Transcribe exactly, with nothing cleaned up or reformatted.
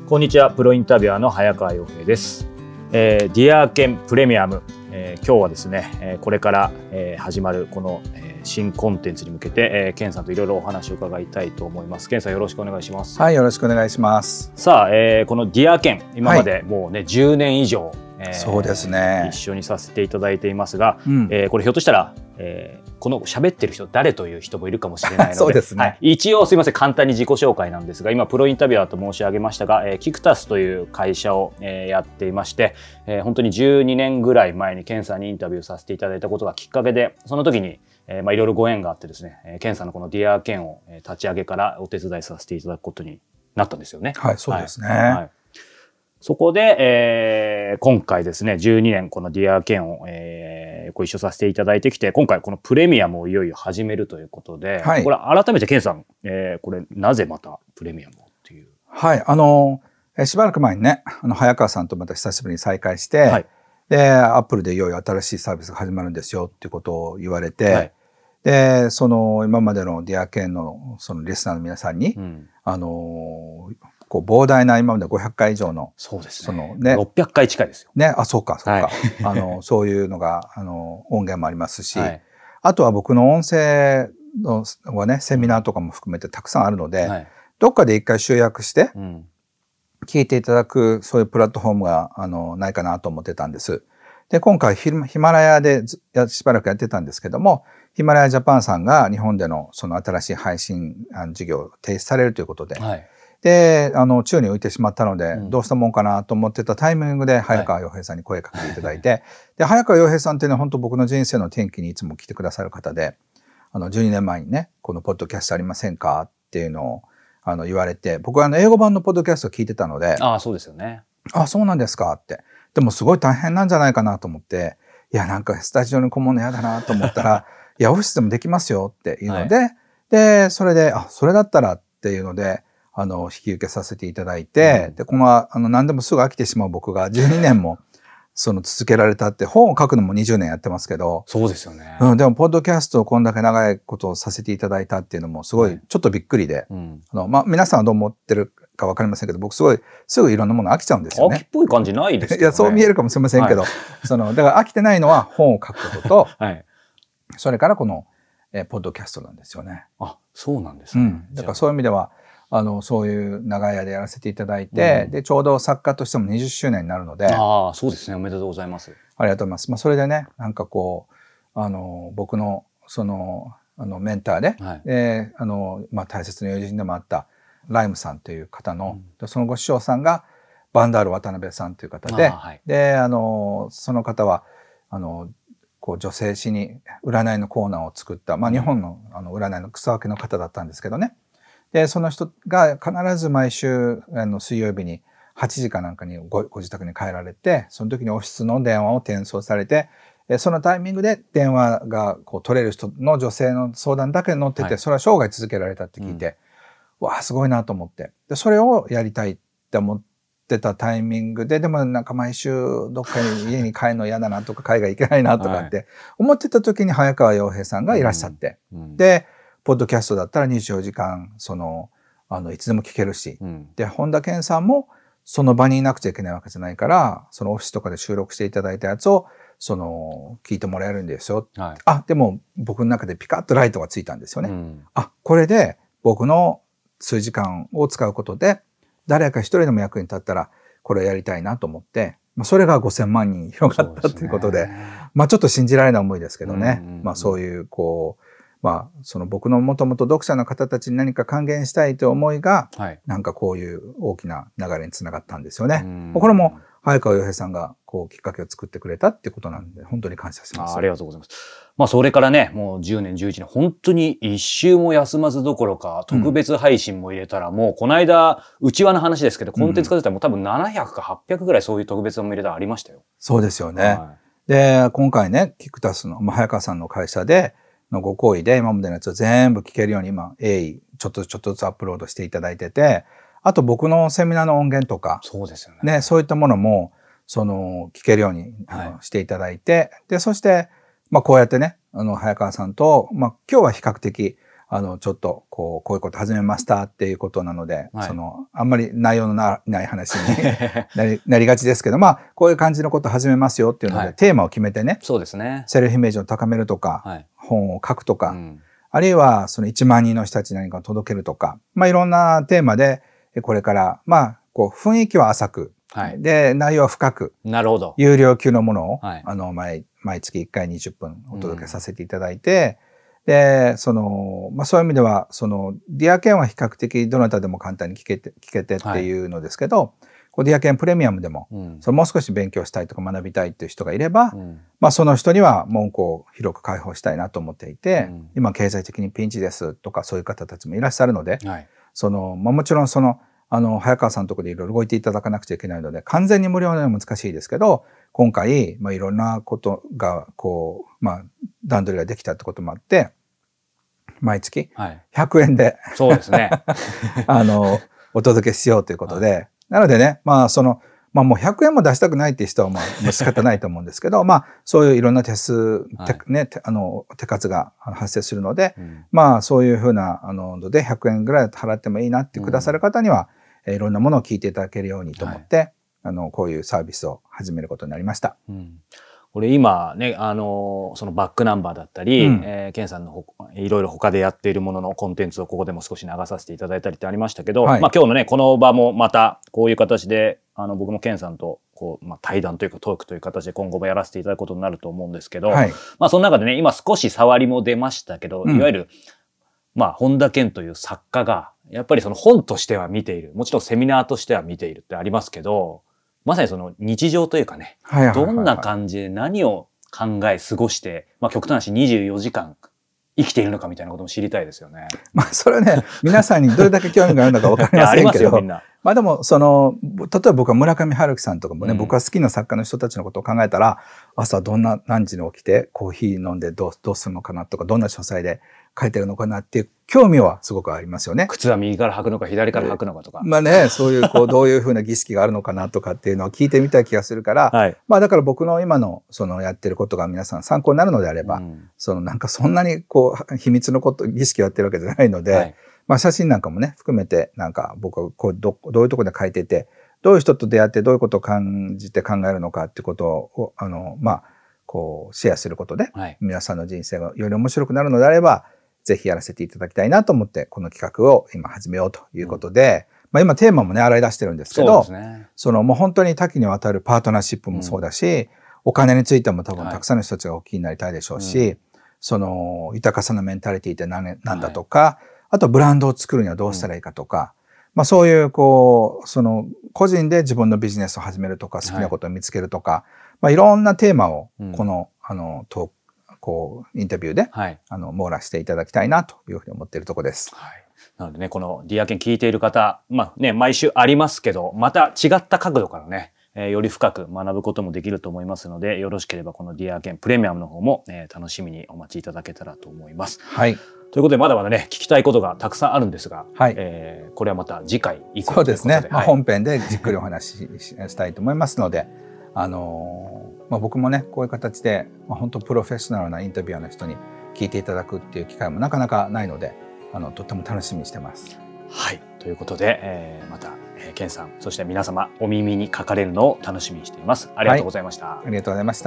こんにちは、プロインタビュアーの早川洋平です。えー、ディアーケンプレミアム、えー、今日はですね、えー、これから、えー、始まるこの、えー、新コンテンツに向けて、えー、ケンさんといろいろお話を伺いたいと思います。ケンさん、よろしくお願いします。 はい、よろしくお願いします。 さあ、えー、このディアーケン、今までもうね、はい、じゅうねん以上、えー、 そうですね、 一緒にさせていただいていますが、 うんえー、これひょっとしたら、えー、この喋ってる人誰という人もいるかもしれないのでそうですね、 はい、一応すいません、簡単に自己紹介なんですが、今プロインタビュアーと申し上げましたが、えー、キクタスという会社を、えー、やっていまして、えー、本当にじゅうにねんぐらい前にケンさんにインタビューさせていただいたことがきっかけで、その時に、えー、まあいろいろご縁があってですね、えー、ケンさんのこのディアーケンを立ち上げからお手伝いさせていただくことになったんですよね。 はい、そうですね、 はいはい、そこで、えー、今回ですね、じゅうにねんこのディアーケンを、えー、ご一緒させていただいてきて、今回このプレミアムをいよいよ始めるということで、はい、これ改めてケンさん、えー、これなぜまたプレミアムをっていう。 はい、あの、えー、しばらく前にね、あの早川さんとまた久しぶりに再会して、はい、で、アップルでいよいよ新しいサービスが始まるんですよっていうことを言われて、はい、で、その今までのディアーケンのそのリスナーの皆さんに、うん、あのー、こう膨大な今までごひゃっかい以上の、 そうですね、 そのね、 ろっぴゃっかい近いですよ。 ね、あ、そうか、そうか。 はい、 あの、そういうのが、あの、音源もありますし、はい、あとは僕の音声のはね、セミナーとかも含めてたくさんあるので、はい、どっかで一回集約して、聞いていただく、そういうプラットフォームが、あの、ないかなと思ってたんです。で、今回ヒマラヤでしばらくやってたんですけども、ヒマラヤジャパンさんが日本でのその新しい配信事業を停止されるということで、はい、で、あの、宙に浮いてしまったので、うん、どうしたもんかなと思ってたタイミングで、早川洋平さんに声かけていただいて、はい、で、早川洋平さんっていうのは本当僕の人生の転機にいつも来てくださる方で、あの、じゅうにねんまえにね、このポッドキャストありませんかっていうのを、あの、言われて、僕はあの、英語版のポッドキャストを聞いてたので、 ああ、そうですよね。 あ、そうなんですかって。でもすごい大変なんじゃないかなと思って、いや、なんかスタジオにこもるの嫌だなと思ったら、いや、オフィスでもできますよっていうので、はい、で、それで、あ、それだったらっていうので、あの、引き受けさせていただいて、うん、で、この、あの、何でもすぐ飽きてしまう僕がじゅうにねんも、その、続けられたって、本を書くのもにじゅうねんやってますけど。 そうですよね。 うん、でも、ポッドキャストをこんだけ長いことをさせていただいたっていうのも、すごい、ちょっとびっくりで、うん、あの、まあ、皆さんはどう思ってるかわかりませんけど、僕すごい、すぐいろんなもの飽きちゃうんですよね。 飽きっぽい感じないですけどね。 いや、そう見えるかもしれませんけど、はい、その、だから飽きてないのは本を書くことと、はい、それからこの、え、ポッドキャストなんですよね。 あ、そうなんですね。 うん。だからそういう意味では、あの、そういう長い間やらせていただいて、うん、で、ちょうど作家としてもにじゅっしゅうねんになるので。 ああ、そうですね。おめでとうございます。 ありがとうございます。まあ、それでね、なんかこう、あの、僕の、その、あの、メンターで、はい、で、あの、まあ、大切な友人でもあった、ライムさんという方の、うん、そのご師匠さんが、バンダール渡辺さんという方で、はい、で、あの、その方は、あの、こう女性誌に占いのコーナーを作った、まあ、日本の、あの占いの草分けの方だったんですけどね。で、その人が必ず毎週あの水曜日にはちじかなんかに ご, ご自宅に帰られて、その時にオフィスの電話を転送されて、そのタイミングで電話がこう取れる人の女性の相談だけ載ってて、はい、それは生涯続けられたって聞いて、うん、わあ、すごいなと思って。で、それをやりたいって思って、ってたタイミングで、でもなんか毎週どっかに家に帰るの嫌だなとか海外行けないなとかって思ってた時に早川洋平さんがいらっしゃって、うんうん、で、ポッドキャストだったらにじゅうよじかん、その、あの、いつでも聞けるし、うん、で、本田健さんもその場にいなくちゃいけないわけじゃないから、そのオフィスとかで収録していただいたやつを、その、聞いてもらえるんですよ。はい、あ、でも僕の中でピカッとライトがついたんですよね。うん、あ、これで僕の数時間を使うことで、誰か一人でも役に立ったら、これをやりたいなと思って、まあ、それがごせんまんにん広がったということで、まあちょっと信じられない思いですけどね。うんうんうん、まあそういう、こう、まあその僕のもともと読者の方たちに何か還元したいという思いが、はい、なんかこういう大きな流れにつながったんですよね。これも早川洋平さんがこうきっかけを作ってくれたっていうことなんで、本当に感謝します。 あ、ありがとうございます。まあそれからね、もうじゅうねん、じゅういちねん、本当に一週も休まずどころか、特別配信も入れたら、うん、もうこの間、内輪の話ですけど、コンテンツ化自体も多分ななひゃくかはっぴゃくぐらいそういう特別も入れたらありましたよ。 そうですよね。はい、で、今回ね、キクタスの、まあ、早川さんの会社でのご好意で、今までのやつを全部聞けるように今、鋭意、ちょっとちょっとずつアップロードしていただいてて、あと僕のセミナーの音源とか、 そうですよね。 ね、そういったものも、その、聞けるように、あの、はい、していただいて、で、そして、まあ、こうやってね、あの、早川さんと、まあ、今日は比較的、 あのちょっとこうこういうこと始めましたっていうことなので、 はい、 そのあんまり内容のなない話になり、なりがちですけど、まあこういう感じのこと始めますよっていうので、はい、テーマを決めてね、 そうですね、 セルフイメージを高めるとか、はい、本を書くとか、 うん、 あるいはそのいちまんにんの人たちに何かを届けるとか、まあいろんなテーマでこれからまあこう雰囲気は浅く、はい、で内容は深く、 なるほど、 有料級のものを、 はい、 あの毎毎月いっかいにじゅっぷんお届けさせていただいて、うん、でそのまあそういう意味ではそのディアケンは比較的どなたでも簡単に聞けて聞けてっていうのですけど、はい、こうディアケンプレミアムでも、うん、そのもう少し勉強したいとか学びたいっていう人がいれば、うん、まあその人には門戸を広く開放したいなと思っていて、うん、今経済的にピンチですとかそういう方たちもいらっしゃるので、はい、そのまあもちろんそのあの早川さんのところでいろいろ動いていただかなくちゃいけないので完全に無料なのは難しいですけど、今回、まあ、いろんなことがこう、まあ、段取りができたってこともあって毎月ひゃくえんで、はい、 そうですねあのお届けしようということで、はい、なのでね、まあそのまあもうひゃくえんも出したくないっていう人はまあ仕方ないと思うんですけどまあそういういろんな手数、はい、ね、あの手数が発生するので、うん、まあそういうふうなあののでひゃくえんぐらい払ってもいいなってくださる方には、うん、いろんなものを聞いていただけるようにと思って、はい、あのこういうサービスを始めることになりました。 うん、これ今ね、あのそのバックナンバーだったり、うん、えー、ケンさんのほいろいろ他でやっているもののコンテンツをここでも少し流させていただいたりってありましたけど、はい、まあ今日のねこの場もまたこういう形であの僕もケンさんとこう、まあ、対談というかトークという形で今後もやらせていただくことになると思うんですけど、はい、まあその中でね今少し触りも出ましたけど、うん、いわゆるまあ本田健という作家がやっぱりその本としては見ている、もちろんセミナーとしては見ているってありますけど、まさにその日常というかね、はいはいはいはい、どんな感じで何を考え過ごして、まあ極端な話にじゅうよじかん生きているのかみたいなことも知りたいですよね。 まあそれはね、皆さんにどれだけ興味があるのか分かりませんけど、まあでもその、例えば僕は村上春樹さんとかもね、うん、僕は好きな作家の人たちのことを考えたら、朝どんな何時に起きてコーヒー飲んでどう、どうするのかなとか、どんな書斎で書いてるのかなっていう興味はすごくありますよね。 靴は右から履くのか左から履くのかとか。 まあね、そういうこうどういうふうな儀式があるのかなとかっていうのを聞いてみたい気がするから、はい、まあだから僕の今のそのやってることが皆さん参考になるのであれば、うん、そのなんかそんなにこう秘密のこと儀式をやってるわけじゃないので、はい、まあ写真なんかもね含めてなんか僕はこう ど, どういうところで書いてて、どういう人と出会ってどういうことを感じて考えるのかっていうことをあのまあこうシェアすることで、はい、皆さんの人生がより面白くなるのであれば。ぜひやらせていただきたいなと思ってこの企画を今始めようということで、うん、まあ今テーマもね洗い出してるんですけど、そ, ね、そのもう本当に多岐にわたるパートナーシップもそうだし、うん、お金についても多分たくさんの人たちがお気になりたいでしょうし、はい、その豊かさのメンタリティって何なんだとか、はい、あとブランドを作るにはどうしたらいいかとか、うん、まあそういうこうその個人で自分のビジネスを始めるとか好きなことを見つけるとか、はい、まあいろんなテーマをこの、うん、あのトークこうインタビューで、はい、あの網羅していただきたいなというふうに思っているところです。はい、 なのでねこのディアケン聞いている方、まあね毎週ありますけどまた違った角度からね、えー、より深く学ぶこともできると思いますのでよろしければこのディアケンプレミアムの方も、えー、楽しみにお待ちいただけたらと思います。はい。ということでまだまだね聞きたいことがたくさんあるんですが、はい、えー、これはまた次回以降そうですね。まあ、本編でじっくりお話ししたいと思いますので、あのー。まあ、僕もねこういう形で、まあ、本当プロフェッショナルなインタビュアーの人に聞いていただくっていう機会もなかなかないのであのとっても楽しみにしてます。 はいということで、えー、また、えー、ケンさんそして皆様お耳にかかれるのを楽しみにしています。ありがとうございました。はい、 ありがとうございました。